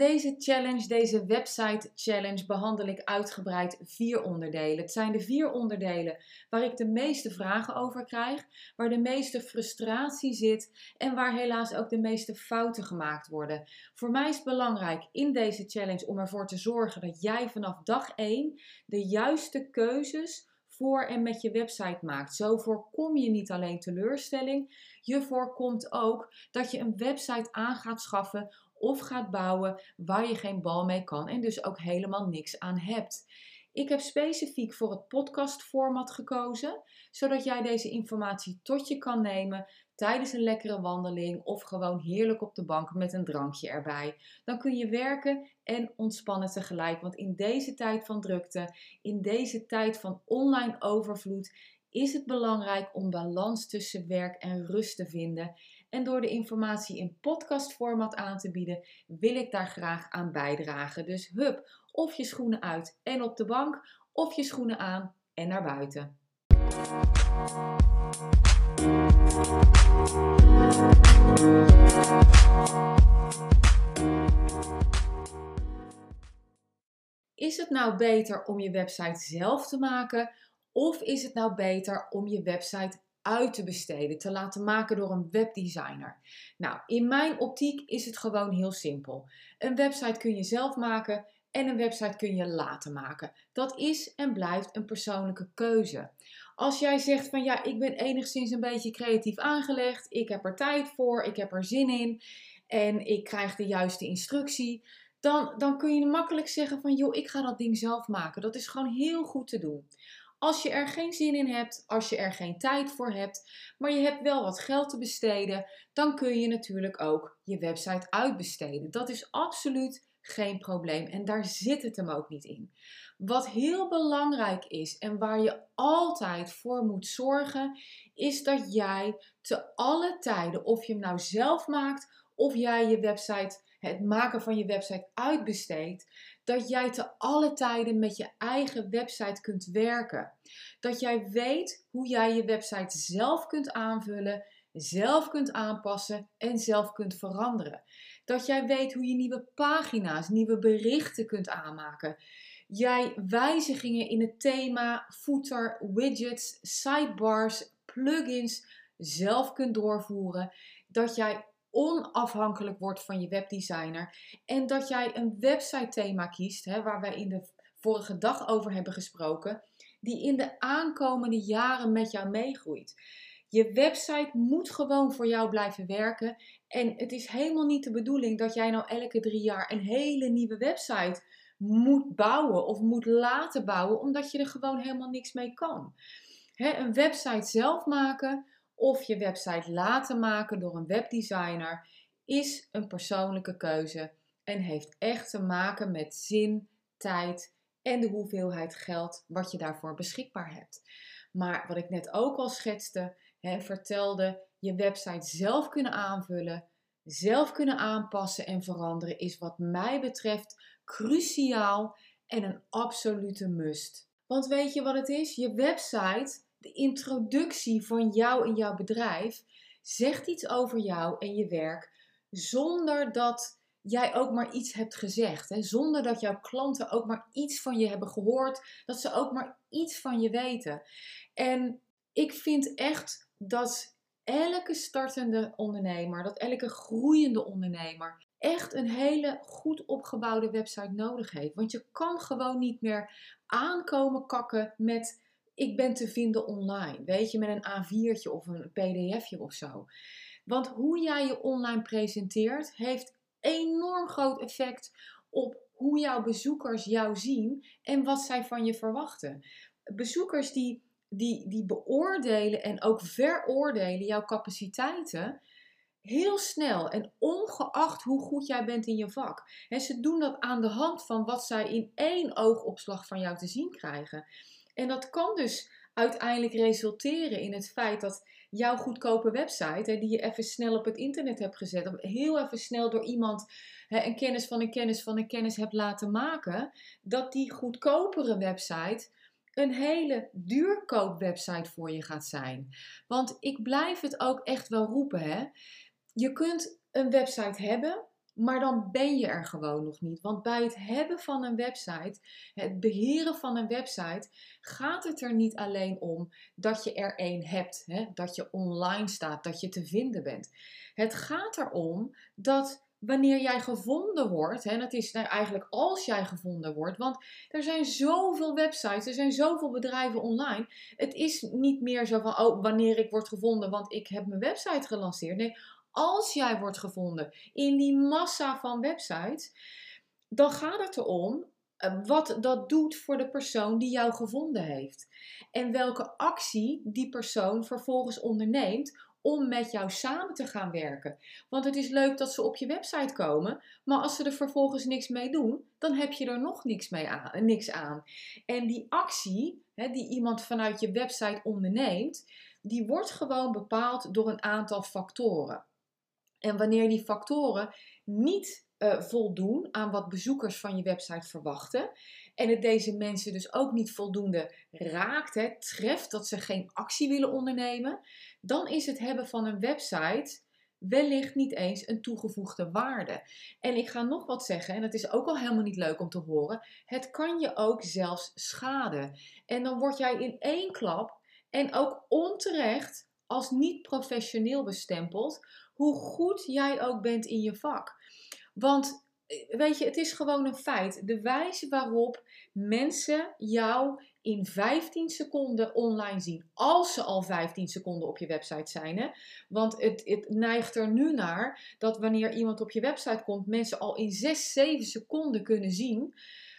deze challenge, deze website challenge, behandel ik uitgebreid 4 onderdelen. Het zijn de 4 onderdelen waar ik de meeste vragen over krijg, waar de meeste frustratie zit en waar helaas ook de meeste fouten gemaakt worden. Voor mij is het belangrijk in deze challenge om ervoor te zorgen dat jij vanaf dag 1 de juiste keuzes voor en met je website maakt. Zo voorkom je niet alleen teleurstelling, je voorkomt ook dat je een website aan gaat schaffen of gaat bouwen waar je geen bal mee kan en dus ook helemaal niks aan hebt. Ik heb specifiek voor het podcastformat gekozen, zodat jij deze informatie tot je kan nemen tijdens een lekkere wandeling of gewoon heerlijk op de bank met een drankje erbij. Dan kun je werken en ontspannen tegelijk, want in deze tijd van drukte, in deze tijd van online overvloed, is het belangrijk om balans tussen werk en rust te vinden. En door de informatie in podcastformat aan te bieden, wil ik daar graag aan bijdragen. Dus hup, of je schoenen uit en op de bank, of je schoenen aan en naar buiten. Is het nou beter om je website zelf te maken? Of is het nou beter om je website uit te besteden, te laten maken door een webdesigner? Nou, in mijn optiek is het gewoon heel simpel. Een website kun je zelf maken en een website kun je laten maken. Dat is en blijft een persoonlijke keuze. Als jij zegt van ja, ik ben enigszins een beetje creatief aangelegd, ik heb er tijd voor, ik heb er zin in en ik krijg de juiste instructie, dan kun je makkelijk zeggen van joh, ik ga dat ding zelf maken. Dat is gewoon heel goed te doen. Als je er geen zin in hebt, als je er geen tijd voor hebt, maar je hebt wel wat geld te besteden, dan kun je natuurlijk ook je website uitbesteden. Dat is absoluut geen probleem en daar zit het hem ook niet in. Wat heel belangrijk is en waar je altijd voor moet zorgen, is dat jij te alle tijden, of je hem nou zelf maakt of jij je website, het maken van je website uitbesteedt, dat jij te alle tijden met je eigen website kunt werken. Dat jij weet hoe jij je website zelf kunt aanvullen, zelf kunt aanpassen en zelf kunt veranderen. Dat jij weet hoe je nieuwe pagina's, nieuwe berichten kunt aanmaken. Jij wijzigingen in het thema, footer, widgets, sidebars, plugins zelf kunt doorvoeren. Dat jij onafhankelijk wordt van je webdesigner en dat jij een website thema kiest, waar wij in de vorige dag over hebben gesproken, die in de aankomende jaren met jou meegroeit. Je website moet gewoon voor jou blijven werken en het is helemaal niet de bedoeling dat jij nou elke 3 jaar een hele nieuwe website moet bouwen of moet laten bouwen, omdat je er gewoon helemaal niks mee kan. Een website zelf maken of je website laten maken door een webdesigner is een persoonlijke keuze en heeft echt te maken met zin, tijd en de hoeveelheid geld wat je daarvoor beschikbaar hebt. Maar wat ik net ook al schetste, vertelde, je website zelf kunnen aanvullen, zelf kunnen aanpassen en veranderen is wat mij betreft cruciaal en een absolute must. Want weet je wat het is? Je website, de introductie van jou en jouw bedrijf, zegt iets over jou en je werk zonder dat jij ook maar iets hebt gezegd. Zonder dat jouw klanten ook maar iets van je hebben gehoord, dat ze ook maar iets van je weten. En ik vind echt dat elke startende ondernemer, dat elke groeiende ondernemer echt een hele goed opgebouwde website nodig heeft. Want je kan gewoon niet meer aankomen kakken met ik ben te vinden online. Weet je, met een A4'tje of een pdf'je of zo. Want hoe jij je online presenteert heeft enorm groot effect op hoe jouw bezoekers jou zien en wat zij van je verwachten. Bezoekers die beoordelen en ook veroordelen jouw capaciteiten heel snel en ongeacht hoe goed jij bent in je vak. En ze doen dat aan de hand van wat zij in 1 oogopslag van jou te zien krijgen. En dat kan dus uiteindelijk resulteren in het feit dat jouw goedkope website, die je even snel op het internet hebt gezet, of heel even snel door iemand een kennis van een kennis van een kennis hebt laten maken, dat die goedkopere website een hele duurkoopwebsite voor je gaat zijn. Want ik blijf het ook echt wel roepen. Je kunt een website hebben Maar dan ben je er gewoon nog niet. Want bij het hebben van een website, het beheren van een website, gaat het er niet alleen om dat je er één hebt. Hè? Dat je online staat, dat je te vinden bent. Het gaat erom dat wanneer jij gevonden wordt, en dat is nou eigenlijk als jij gevonden wordt, want er zijn zoveel websites, er zijn zoveel bedrijven online. Het is niet meer zo van, oh, wanneer ik word gevonden, want ik heb mijn website gelanceerd. Nee, als jij wordt gevonden in die massa van websites, dan gaat het erom wat dat doet voor de persoon die jou gevonden heeft. En welke actie die persoon vervolgens onderneemt om met jou samen te gaan werken. Want het is leuk dat ze op je website komen, maar als ze er vervolgens niks mee doen, dan heb je er nog niks aan. En die actie, die iemand vanuit je website onderneemt, die wordt gewoon bepaald door een aantal factoren. En wanneer die factoren niet voldoen aan wat bezoekers van je website verwachten, en het deze mensen dus ook niet voldoende raakt, treft dat ze geen actie willen ondernemen, dan is het hebben van een website wellicht niet eens een toegevoegde waarde. En ik ga nog wat zeggen, en dat is ook al helemaal niet leuk om te horen, het kan je ook zelfs schaden. En dan word jij in één klap en ook onterecht als niet professioneel bestempeld, hoe goed jij ook bent in je vak. Want weet je, het is gewoon een feit. De wijze waarop mensen jou in 15 seconden online zien, als ze al 15 seconden op je website zijn. Hè? Want het neigt er nu naar dat wanneer iemand op je website komt, mensen al in 6, 7 seconden kunnen zien.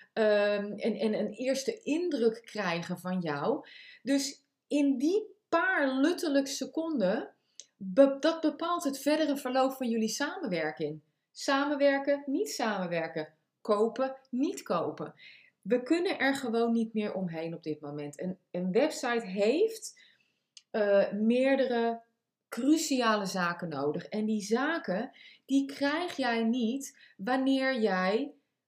En een eerste indruk krijgen van jou. Dus in die paar luttelijk seconden, dat bepaalt het verdere verloop van jullie samenwerking. Samenwerken, niet samenwerken. Kopen, niet kopen. We kunnen er gewoon niet meer omheen op dit moment. Een website heeft meerdere cruciale zaken nodig. En die zaken, die krijg jij niet wanneer jij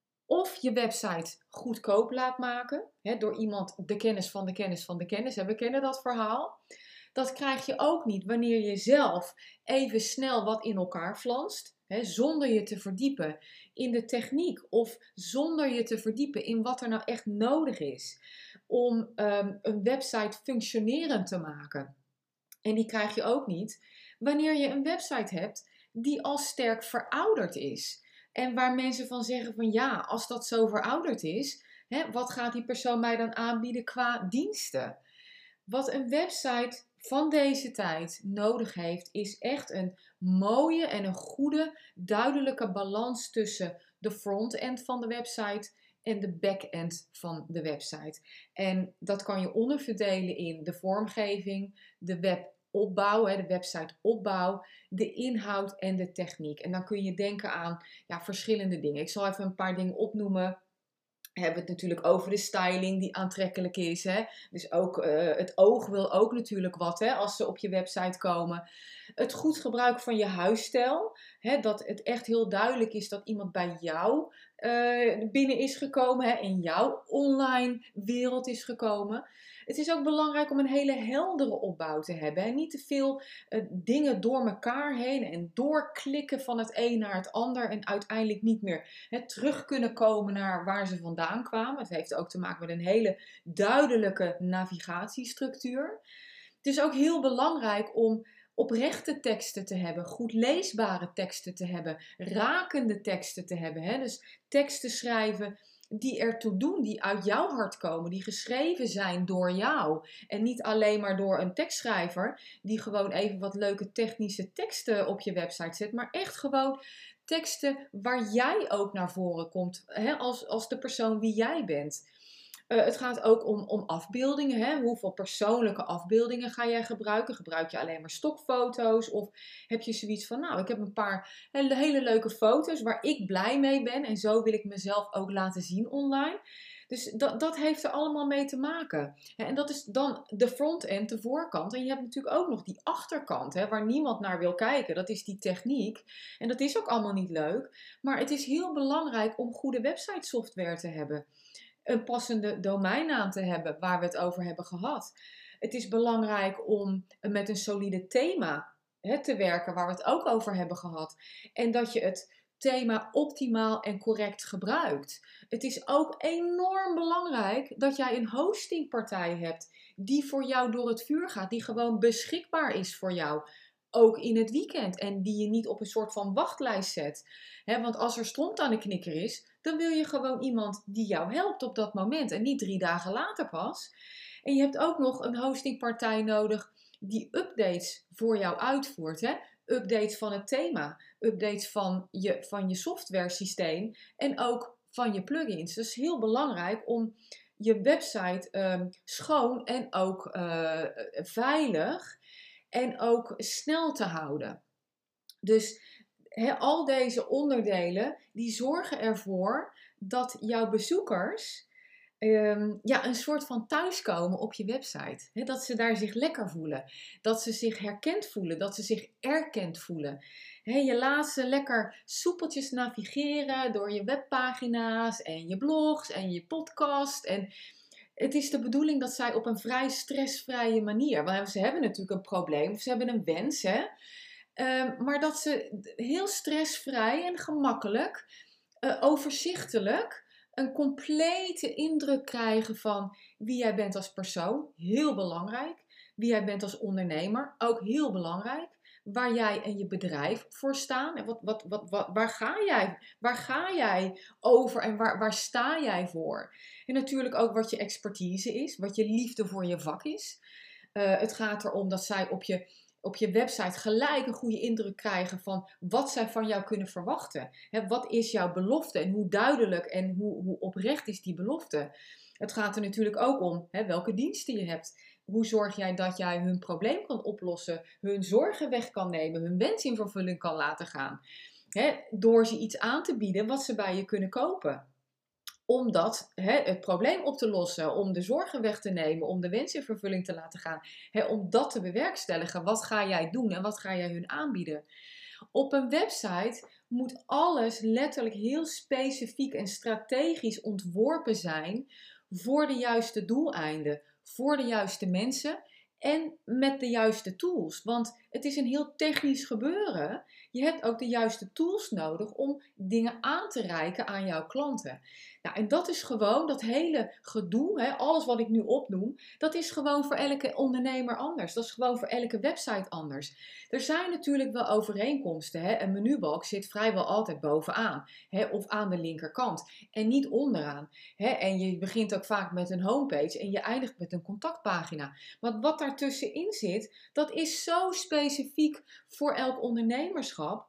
of je website goedkoop laat maken, door iemand de kennis van de kennis van de kennis. We kennen dat verhaal. Dat krijg je ook niet wanneer je zelf even snel wat in elkaar flanst, zonder je te verdiepen in de techniek of zonder je te verdiepen in wat er nou echt nodig is om een website functionerend te maken. En die krijg je ook niet wanneer je een website hebt die al sterk verouderd is. En waar mensen van zeggen van ja, als dat zo verouderd is, wat gaat die persoon mij dan aanbieden qua diensten? Wat een website van deze tijd nodig heeft, is echt een mooie en een goede, duidelijke balans tussen de front-end van de website en de back-end van de website. En dat kan je onderverdelen in de vormgeving, de webopbouw, de websiteopbouw, de inhoud en de techniek. En dan kun je denken aan verschillende dingen. Ik zal even een paar dingen opnoemen. Hebben we het natuurlijk over de styling die aantrekkelijk is. Hè? Dus ook het oog wil ook natuurlijk wat als ze op je website komen. Het goed gebruik van je huisstijl. Hè? Dat het echt heel duidelijk is dat iemand bij jou binnen is gekomen. In jouw online wereld is gekomen. Het is ook belangrijk om een hele heldere opbouw te hebben. En niet te veel dingen door elkaar heen en doorklikken van het een naar het ander. En uiteindelijk niet meer terug kunnen komen naar waar ze vandaan kwamen. Het heeft ook te maken met een hele duidelijke navigatiestructuur. Het is ook heel belangrijk om oprechte teksten te hebben, goed leesbare teksten te hebben, rakende teksten te hebben. Dus teksten schrijven die ertoe doen, die uit jouw hart komen, die geschreven zijn door jou. En niet alleen maar door een tekstschrijver die gewoon even wat leuke technische teksten op je website zet, maar echt gewoon teksten waar jij ook naar voren komt, als de persoon wie jij bent. Het gaat ook om afbeeldingen. Hoeveel persoonlijke afbeeldingen ga jij gebruiken? Gebruik je alleen maar stokfoto's? Of heb je zoiets van, nou, ik heb een paar hele leuke foto's waar ik blij mee ben. En zo wil ik mezelf ook laten zien online. Dus dat heeft er allemaal mee te maken. En dat is dan de front-end, de voorkant. En je hebt natuurlijk ook nog die achterkant, waar niemand naar wil kijken. Dat is die techniek. En dat is ook allemaal niet leuk. Maar het is heel belangrijk om goede website software te hebben. Een passende domeinnaam te hebben waar we het over hebben gehad. Het is belangrijk om met een solide thema te werken waar we het ook over hebben gehad. En dat je het thema optimaal en correct gebruikt. Het is ook enorm belangrijk dat jij een hostingpartij hebt die voor jou door het vuur gaat, die gewoon beschikbaar is voor jou. Ook in het weekend en die je niet op een soort van wachtlijst zet. Want als er stront aan de knikker is, dan wil je gewoon iemand die jou helpt op dat moment en niet 3 dagen later pas. En je hebt ook nog een hostingpartij nodig die updates voor jou uitvoert. Updates van het thema, updates van je software systeem en ook van je plugins. Dus heel belangrijk om je website schoon en ook veilig en ook snel te houden. Dus al deze onderdelen die zorgen ervoor dat jouw bezoekers een soort van thuiskomen op je website. Dat ze daar zich lekker voelen. Dat ze zich herkend voelen. Dat ze zich erkend voelen. Je laat ze lekker soepeltjes navigeren door je webpagina's en je blogs en je podcast. En het is de bedoeling dat zij op een vrij stressvrije manier, want ze hebben natuurlijk een probleem of ze hebben een wens, maar dat ze heel stressvrij en gemakkelijk, overzichtelijk, een complete indruk krijgen van wie jij bent als persoon, heel belangrijk. Wie jij bent als ondernemer, ook heel belangrijk. Waar jij en je bedrijf voor staan. En waar ga jij over en waar sta jij voor? En natuurlijk ook wat je expertise is, wat je liefde voor je vak is. Het gaat erom dat zij op je website gelijk een goede indruk krijgen van wat zij van jou kunnen verwachten. Wat is jouw belofte en hoe duidelijk en hoe oprecht is die belofte? Het gaat er natuurlijk ook om welke diensten je hebt. Hoe zorg jij dat jij hun probleem kan oplossen, hun zorgen weg kan nemen, hun wens in vervulling kan laten gaan? Door ze iets aan te bieden wat ze bij je kunnen kopen. Om het probleem op te lossen, om de zorgen weg te nemen, om de wens in vervulling te laten gaan. Om dat te bewerkstelligen, wat ga jij doen en wat ga jij hun aanbieden? Op een website moet alles letterlijk heel specifiek en strategisch ontworpen zijn voor de juiste doeleinden, voor de juiste mensen en met de juiste tools. Want het is een heel technisch gebeuren. Je hebt ook de juiste tools nodig om dingen aan te reiken aan jouw klanten. Nou, en dat is gewoon dat hele gedoe, alles wat ik nu opnoem, dat is gewoon voor elke ondernemer anders. Dat is gewoon voor elke website anders. Er zijn natuurlijk wel overeenkomsten. Een menubalk zit vrijwel altijd bovenaan of aan de linkerkant en niet onderaan. En je begint ook vaak met een homepage en je eindigt met een contactpagina. Want wat daartussenin zit, dat is zo specifiek voor elk ondernemerschap.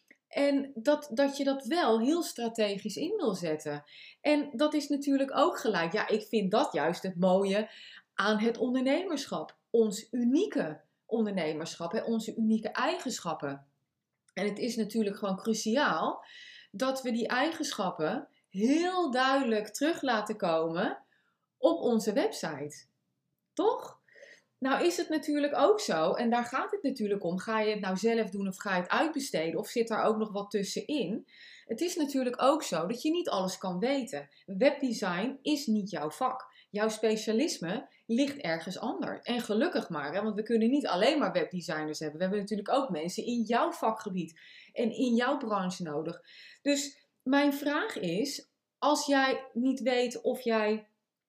En dat je dat wel heel strategisch in wil zetten. En dat is natuurlijk ook gelijk. Ja, ik vind dat juist het mooie aan het ondernemerschap. Ons unieke ondernemerschap, onze unieke eigenschappen. En het is natuurlijk gewoon cruciaal dat we die eigenschappen heel duidelijk terug laten komen op onze website. Toch? Nou is het natuurlijk ook zo, en daar gaat het natuurlijk om. Ga je het nou zelf doen of ga je het uitbesteden? Of zit daar ook nog wat tussenin? Het is natuurlijk ook zo dat je niet alles kan weten. Webdesign is niet jouw vak. Jouw specialisme ligt ergens anders. En gelukkig maar, want we kunnen niet alleen maar webdesigners hebben. We hebben natuurlijk ook mensen in jouw vakgebied en in jouw branche nodig. Dus mijn vraag is, als jij niet weet of jij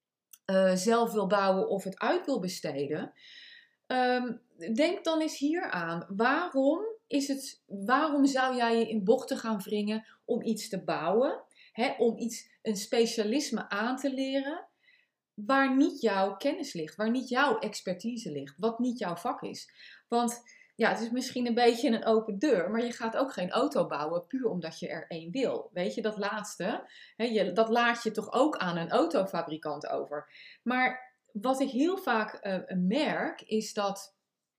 zelf wil bouwen of het uit wil besteden, denk dan eens hier aan. Waarom zou jij je in bochten gaan wringen om iets te bouwen? Om een specialisme aan te leren waar niet jouw kennis ligt, waar niet jouw expertise ligt, wat niet jouw vak is. Want ja, het is misschien een beetje een open deur, maar je gaat ook geen auto bouwen puur omdat je er één wil. Weet je, dat laatste, dat laat je toch ook aan een autofabrikant over. Maar wat ik heel vaak merk, is dat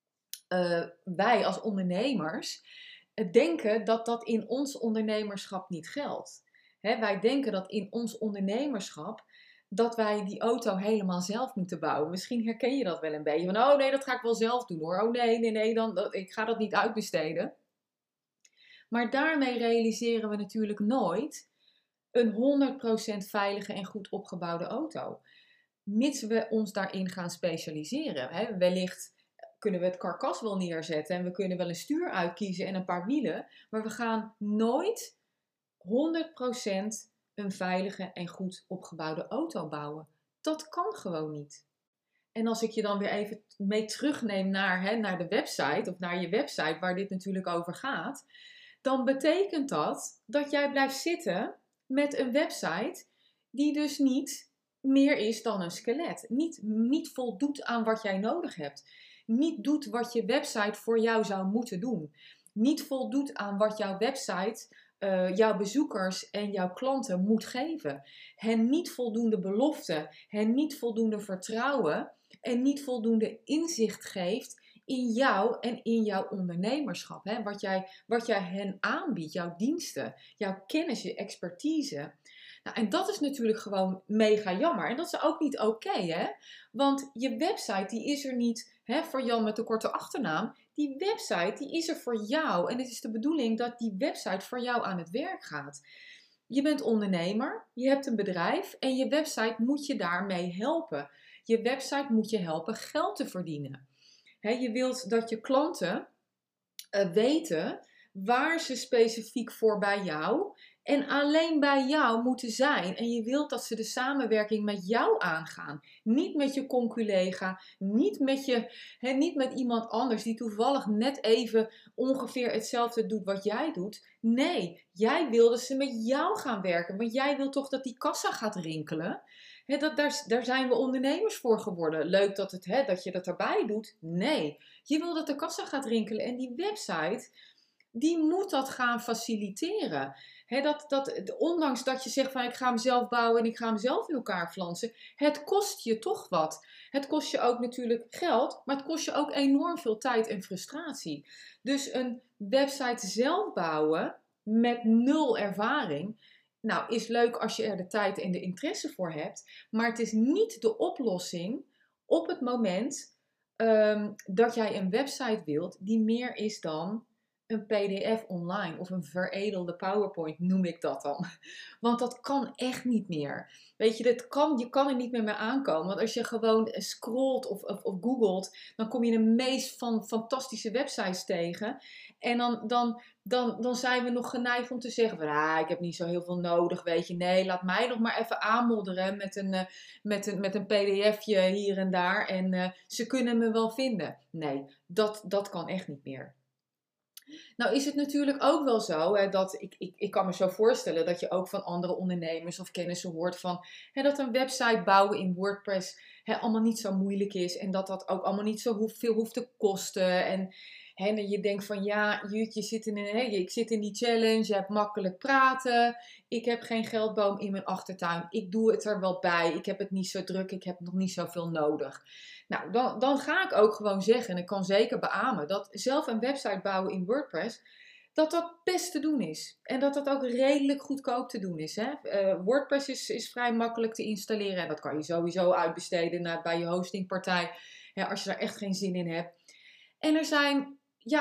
wij als ondernemers denken dat dat in ons ondernemerschap niet geldt. Wij denken dat in ons ondernemerschap dat wij die auto helemaal zelf moeten bouwen. Misschien herken je dat wel een beetje. Van, oh nee, dat ga ik wel zelf doen hoor. Oh nee, ik ga dat niet uitbesteden. Maar daarmee realiseren we natuurlijk nooit een 100% veilige en goed opgebouwde auto. Mits we ons daarin gaan specialiseren. Wellicht kunnen we het karkas wel neerzetten en we kunnen wel een stuur uitkiezen en een paar wielen. Maar we gaan nooit 100% een veilige en goed opgebouwde auto bouwen. Dat kan gewoon niet. En als ik je dan weer even mee terugneem naar de website of naar je website waar dit natuurlijk over gaat, dan betekent dat dat jij blijft zitten met een website die dus niet meer is dan een skelet. Niet voldoet aan wat jij nodig hebt. Niet doet wat je website voor jou zou moeten doen. Niet voldoet aan wat jouw website jouw bezoekers en jouw klanten moet geven. Hen niet voldoende belofte, hen niet voldoende vertrouwen en niet voldoende inzicht geeft in jou en in jouw ondernemerschap. Hè? Wat jij hen aanbiedt, jouw diensten, jouw kennis, je expertise. Nou, en dat is natuurlijk gewoon mega jammer. En dat is ook niet oké, hè? Want je website die is er niet voor Jan met de korte achternaam. Die website die is er voor jou. En het is de bedoeling dat die website voor jou aan het werk gaat. Je bent ondernemer, je hebt een bedrijf en je website moet je daarmee helpen. Je website moet je helpen geld te verdienen. Je wilt dat je klanten weten waar ze specifiek voor bij jou en alleen bij jou moeten zijn. En je wilt dat ze de samenwerking met jou aangaan. Niet met je conculega, niet met iemand anders die toevallig net even ongeveer hetzelfde doet wat jij doet. Nee, jij wil dat ze met jou gaan werken. Want jij wil toch dat die kassa gaat rinkelen. Daar zijn we ondernemers voor geworden. Leuk dat je dat erbij doet. Nee, je wil dat de kassa gaat rinkelen. En die website, die moet dat gaan faciliteren. Ondanks dat je zegt van ik ga hem zelf bouwen en ik ga hem zelf in elkaar flansen. Het kost je toch wat. Het kost je ook natuurlijk geld, maar het kost je ook enorm veel tijd en frustratie. Dus een website zelf bouwen met 0 ervaring. Nou, is leuk als je er de tijd en de interesse voor hebt. Maar het is niet de oplossing op het moment dat jij een website wilt die meer is dan een PDF online of een veredelde PowerPoint noem ik dat dan. Want dat kan echt niet meer. Weet je, je kan er niet meer mee aankomen. Want als je gewoon scrolt of googelt, dan kom je de meest fantastische websites tegen. En dan zijn we nog geneigd om te zeggen van, ik heb niet zo heel veel nodig, weet je. Nee, laat mij nog maar even aanmodderen met een pdfje hier en daar. En ze kunnen me wel vinden. Nee, dat kan echt niet meer. Nou is het natuurlijk ook wel zo, dat ik kan me zo voorstellen dat je ook van andere ondernemers of kennissen hoort van dat een website bouwen in WordPress allemaal niet zo moeilijk is en dat ook allemaal niet zo veel hoeft te kosten. En je denkt van ja, ik zit in die challenge, je hebt makkelijk praten, ik heb geen geldboom in mijn achtertuin, ik doe het er wel bij, ik heb het niet zo druk, ik heb nog niet zoveel nodig. Nou, dan ga ik ook gewoon zeggen, en ik kan zeker beamen, dat zelf een website bouwen in WordPress, dat best te doen is. En dat ook redelijk goedkoop te doen is. Hè? WordPress is vrij makkelijk te installeren en dat kan je sowieso uitbesteden bij je hostingpartij, als je daar echt geen zin in hebt. En er zijn,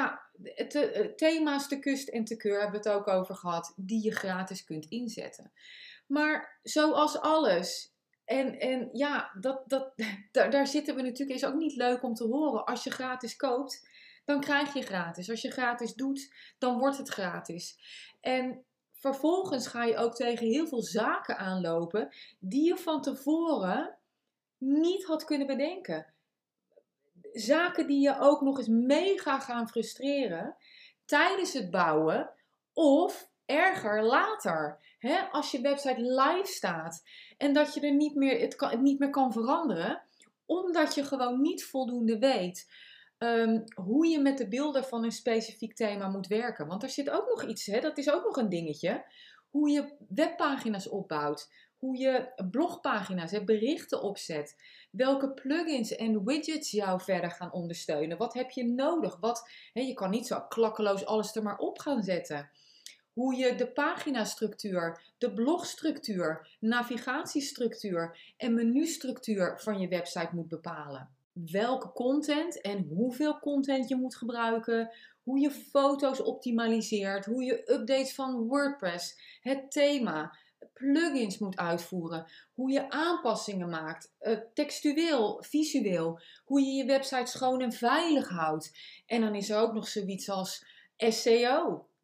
thema's te kust en te keur, hebben we het ook over gehad, die je gratis kunt inzetten. Maar zoals alles... En daar zitten we natuurlijk, is ook niet leuk om te horen. Als je gratis koopt, dan krijg je gratis. Als je gratis doet, dan wordt het gratis. En vervolgens ga je ook tegen heel veel zaken aanlopen die je van tevoren niet had kunnen bedenken. Zaken die je ook nog eens mega gaan frustreren tijdens het bouwen of erger later. Als je website live staat en dat je er het niet meer kan veranderen, omdat je gewoon niet voldoende weet hoe je met de beelden van een specifiek thema moet werken. Want er zit ook nog iets, dat is ook nog een dingetje. Hoe je webpagina's opbouwt, hoe je blogpagina's, berichten opzet, welke plugins en widgets jou verder gaan ondersteunen. Wat heb je nodig? Je kan niet zo klakkeloos alles er maar op gaan zetten. Hoe je de paginastructuur, de blogstructuur, navigatiestructuur en menustructuur van je website moet bepalen. Welke content en hoeveel content je moet gebruiken. Hoe je foto's optimaliseert. Hoe je updates van WordPress, het thema, plugins moet uitvoeren. Hoe je aanpassingen maakt. Textueel, visueel. Hoe je je website schoon en veilig houdt. En dan is er ook nog zoiets als SEO.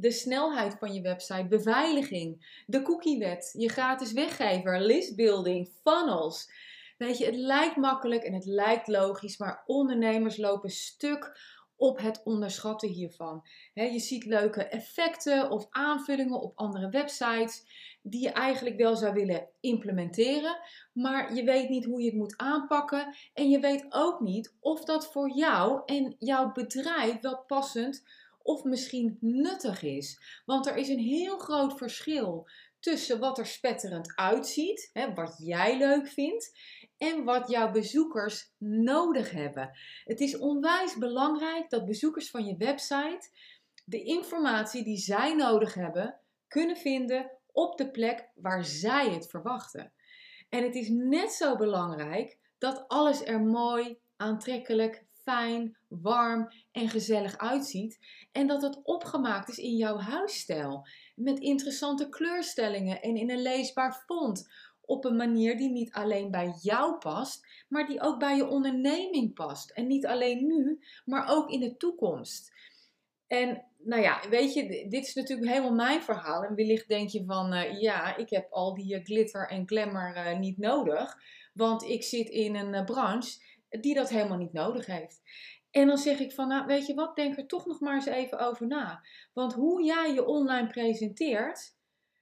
de snelheid van je website, beveiliging, de cookiewet, je gratis weggever, listbuilding, funnels. Weet je, het lijkt makkelijk en het lijkt logisch, maar ondernemers lopen stuk op het onderschatten hiervan. Je ziet leuke effecten of aanvullingen op andere websites die je eigenlijk wel zou willen implementeren, maar je weet niet hoe je het moet aanpakken en je weet ook niet of dat voor jou en jouw bedrijf wel passend of misschien nuttig is. Want er is een heel groot verschil tussen wat er spetterend uitziet, wat jij leuk vindt, en wat jouw bezoekers nodig hebben. Het is onwijs belangrijk dat bezoekers van je website de informatie die zij nodig hebben kunnen vinden op de plek waar zij het verwachten. En het is net zo belangrijk dat alles er mooi, aantrekkelijk, fijn, warm en gezellig uitziet. En dat het opgemaakt is in jouw huisstijl. Met interessante kleurstellingen en in een leesbaar font. Op een manier die niet alleen bij jou past, maar die ook bij je onderneming past. En niet alleen nu, maar ook in de toekomst. En nou ja, weet je, dit is natuurlijk helemaal mijn verhaal. En wellicht denk je van, ja, ik heb al die glitter en glamour niet nodig. Want ik zit in een branche die dat helemaal niet nodig heeft. En dan zeg ik van, nou weet je wat, denk er toch nog maar eens even over na. Want hoe jij je online presenteert,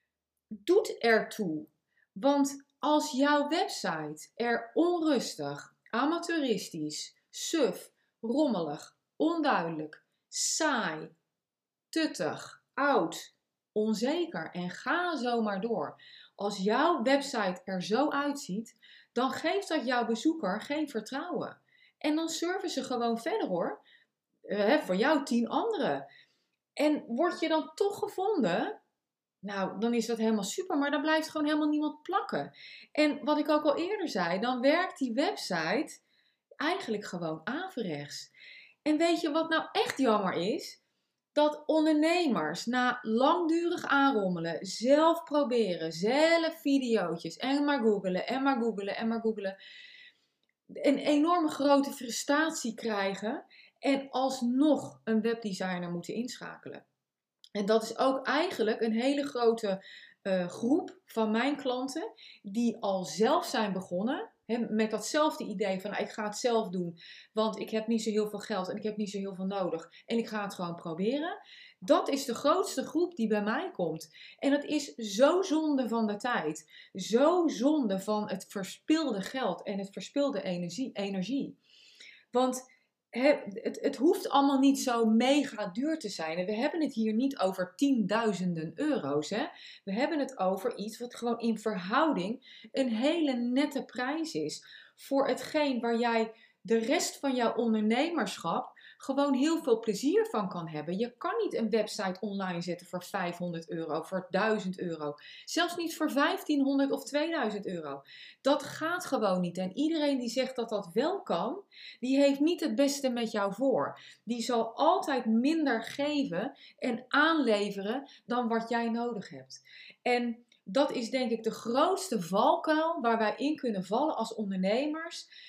doet ertoe. Want als jouw website er onrustig, amateuristisch, suf, rommelig, onduidelijk, saai, tuttig, oud, onzeker en ga zo maar door. Als jouw website er zo uitziet, dan geeft dat jouw bezoeker geen vertrouwen. En dan surfen ze gewoon verder hoor. Voor jou 10 anderen. En word je dan toch gevonden? Nou, dan is dat helemaal super, maar dan blijft gewoon helemaal niemand plakken. En wat ik ook al eerder zei, dan werkt die website eigenlijk gewoon averechts. En weet je wat nou echt jammer is? Dat ondernemers na langdurig aanrommelen, zelf proberen, zelf videootjes en maar googelen en maar googelen en maar googelen, een enorme grote frustratie krijgen en alsnog een webdesigner moeten inschakelen. En dat is ook eigenlijk een hele grote groep van mijn klanten die al zelf zijn begonnen. Met datzelfde idee van, nou, ik ga het zelf doen, want ik heb niet zo heel veel geld en ik heb niet zo heel veel nodig en ik ga het gewoon proberen. Dat is de grootste groep die bij mij komt. En het is zo zonde van de tijd. Zo zonde van het verspilde geld en het verspilde energie. Want het hoeft allemaal niet zo mega duur te zijn. En we hebben het hier niet over tienduizenden euro's. Hè? We hebben het over iets wat gewoon in verhouding een hele nette prijs is. Voor hetgeen waar jij de rest van jouw ondernemerschap gewoon heel veel plezier van kan hebben. Je kan niet een website online zetten voor 500 euro, voor 1000 euro. Zelfs niet voor 1500 of 2000 euro. Dat gaat gewoon niet. En iedereen die zegt dat dat wel kan, die heeft niet het beste met jou voor. Die zal altijd minder geven en aanleveren dan wat jij nodig hebt. En dat is denk ik de grootste valkuil waar wij in kunnen vallen als ondernemers.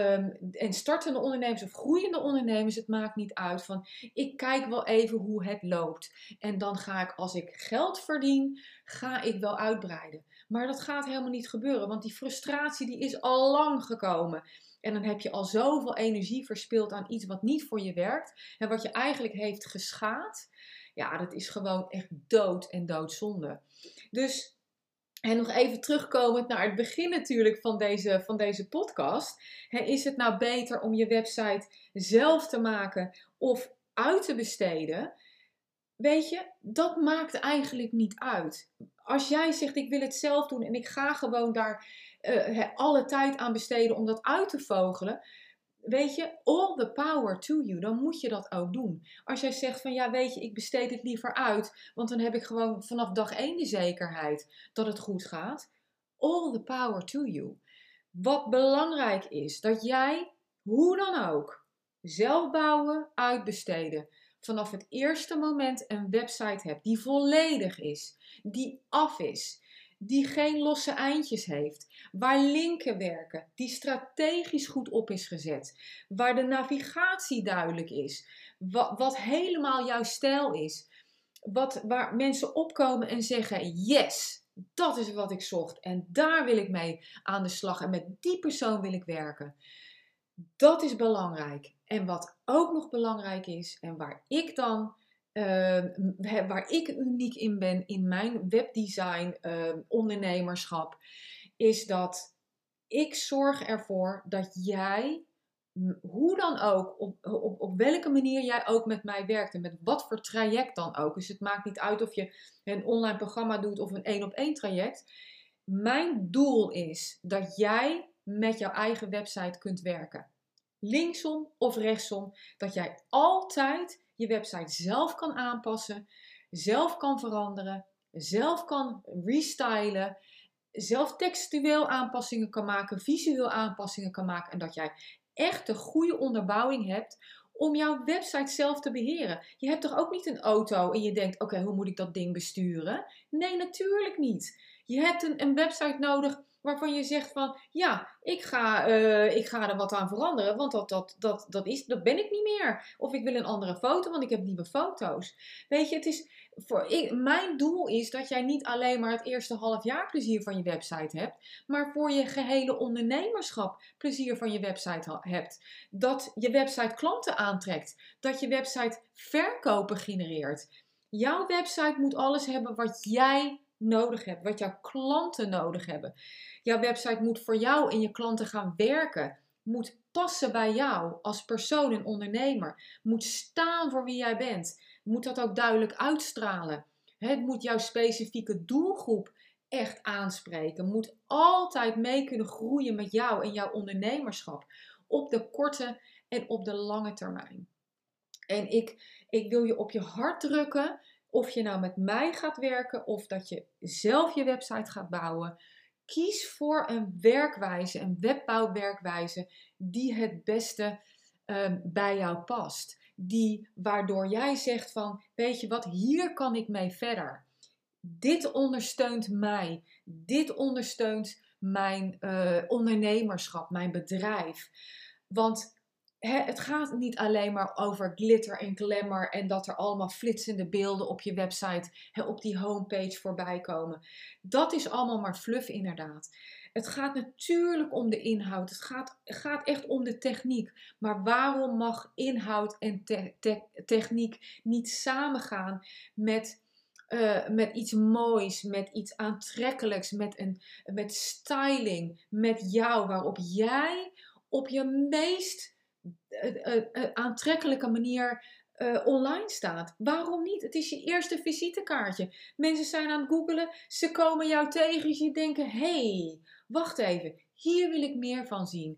En startende ondernemers of groeiende ondernemers, het maakt niet uit van ik kijk wel even hoe het loopt. En dan ga ik, als ik geld verdien, ga ik wel uitbreiden. Maar dat gaat helemaal niet gebeuren, want die frustratie die is al lang gekomen. En dan heb je al zoveel energie verspild aan iets wat niet voor je werkt. En wat je eigenlijk heeft geschaad. Ja, dat is gewoon echt dood en doodzonde. Dus, en nog even terugkomend naar het begin natuurlijk van deze podcast. Is het nou beter om je website zelf te maken of uit te besteden? Weet je, dat maakt eigenlijk niet uit. Als jij zegt ik wil het zelf doen en ik ga gewoon daar alle tijd aan besteden om dat uit te vogelen. Weet je, all the power to you. Dan moet je dat ook doen. Als jij zegt van ja weet je, ik besteed het liever uit. Want dan heb ik gewoon vanaf dag 1 de zekerheid dat het goed gaat. All the power to you. Wat belangrijk is, dat jij, hoe dan ook, zelf bouwen, uitbesteden. Vanaf het eerste moment een website hebt die volledig is, die af is, die geen losse eindjes heeft, waar linken werken, die strategisch goed op is gezet, waar de navigatie duidelijk is, wat helemaal jouw stijl is. waar mensen opkomen en zeggen, yes, dat is wat ik zocht. En daar wil ik mee aan de slag. En met die persoon wil ik werken. Dat is belangrijk. En wat ook nog belangrijk is, en waar ik dan, waar ik uniek in ben in mijn webdesign ondernemerschap, is dat ik zorg ervoor dat jij, hoe dan ook, op welke manier jij ook met mij werkt en met wat voor traject dan ook. Dus het maakt niet uit of je een online programma doet of een 1-op-1 traject. Mijn doel is dat jij met jouw eigen website kunt werken. Linksom of rechtsom, dat jij altijd je website zelf kan aanpassen, zelf kan veranderen, zelf kan restylen, zelf textueel aanpassingen kan maken, visueel aanpassingen kan maken en dat jij echt de goede onderbouwing hebt om jouw website zelf te beheren. Je hebt toch ook niet een auto en je denkt, oké, hoe moet ik dat ding besturen? Nee, natuurlijk niet. Je hebt een website nodig waarvan je zegt van, ja, ik ga er wat aan veranderen, want dat ben ik niet meer. Of ik wil een andere foto, want ik heb nieuwe foto's. Weet je, het is mijn doel is dat jij niet alleen maar het eerste half jaar plezier van je website hebt, maar voor je gehele ondernemerschap plezier van je website hebt. Dat je website klanten aantrekt. Dat je website verkopen genereert. Jouw website moet alles hebben wat jij nodig hebt, wat jouw klanten nodig hebben. Jouw website moet voor jou en je klanten gaan werken. Moet passen bij jou als persoon en ondernemer. Moet staan voor wie jij bent. Moet dat ook duidelijk uitstralen. Het moet jouw specifieke doelgroep echt aanspreken. Moet altijd mee kunnen groeien met jou en jouw ondernemerschap. Op de korte en op de lange termijn. En ik wil je op je hart drukken, of je nou met mij gaat werken of dat je zelf je website gaat bouwen. Kies voor een werkwijze, een webbouwwerkwijze die het beste bij jou past. Waardoor jij zegt van, weet je wat, hier kan ik mee verder. Dit ondersteunt mij. Dit ondersteunt mijn ondernemerschap, mijn bedrijf. Want het gaat niet alleen maar over glitter en glamour en dat er allemaal flitsende beelden op je website, op die homepage voorbij komen. Dat is allemaal maar fluff inderdaad. Het gaat natuurlijk om de inhoud. Het gaat echt om de techniek. Maar waarom mag inhoud en techniek niet samengaan met iets moois, met iets aantrekkelijks, met styling, met jou, waarop jij op je meest aantrekkelijke manier online staat. Waarom niet? Het is je eerste visitekaartje. Mensen zijn aan het googelen, ze komen jou tegen, dus je denken, hey, wacht even, hier wil ik meer van zien.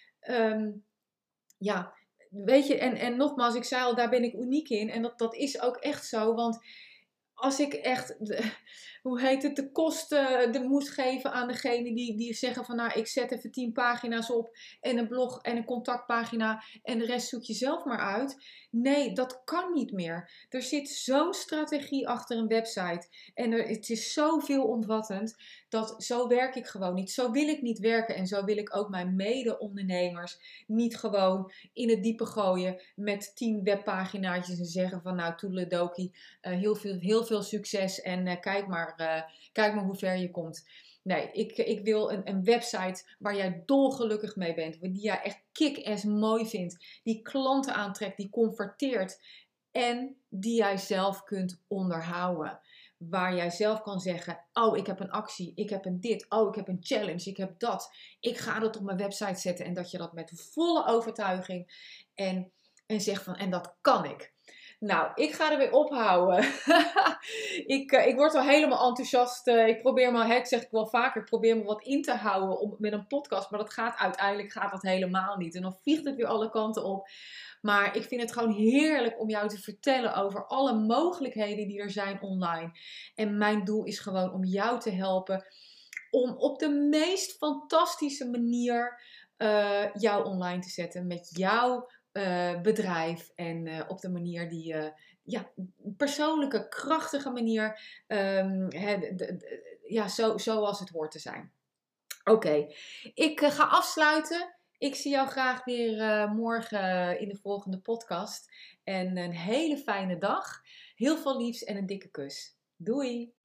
Ja, weet je, en nogmaals, ik zei al, daar ben ik uniek in en dat is ook echt zo, want als ik echt, de kosten moet geven aan degene die zeggen van, nou, ik zet even 10 pagina's op en een blog en een contactpagina en de rest zoek je zelf maar uit. Nee, dat kan niet meer. Er zit zo'n strategie achter een website en het is zo veelomvattend dat zo werk ik gewoon niet. Zo wil ik niet werken en zo wil ik ook mijn mede-ondernemers niet gewoon in het diepe gooien met 10 webpaginaatjes en zeggen van, nou, toedeledokie, heel veel succes en kijk maar hoe ver je komt. Nee, ik wil een website waar jij dolgelukkig mee bent. Die jij echt kick-ass mooi vindt. Die klanten aantrekt, die converteert. En die jij zelf kunt onderhouden. Waar jij zelf kan zeggen, oh, ik heb een actie, ik heb een dit, oh, ik heb een challenge, ik heb dat. Ik ga dat op mijn website zetten. En dat je dat met volle overtuiging en zegt van, en dat kan ik. Nou, ik ga er weer ophouden. Ik word al helemaal enthousiast. Ik probeer me, dat zeg ik wel vaker, ik probeer me wat in te houden met een podcast. Maar uiteindelijk gaat dat helemaal niet. En dan vliegt het weer alle kanten op. Maar ik vind het gewoon heerlijk om jou te vertellen over alle mogelijkheden die er zijn online. En mijn doel is gewoon om jou te helpen om op de meest fantastische manier jou online te zetten met jouw bedrijf en op de manier die persoonlijke, krachtige manier, zoals het hoort te zijn. Oké, ik ga afsluiten. Ik zie jou graag weer morgen in de volgende podcast. En een hele fijne dag. Heel veel liefs en een dikke kus. Doei!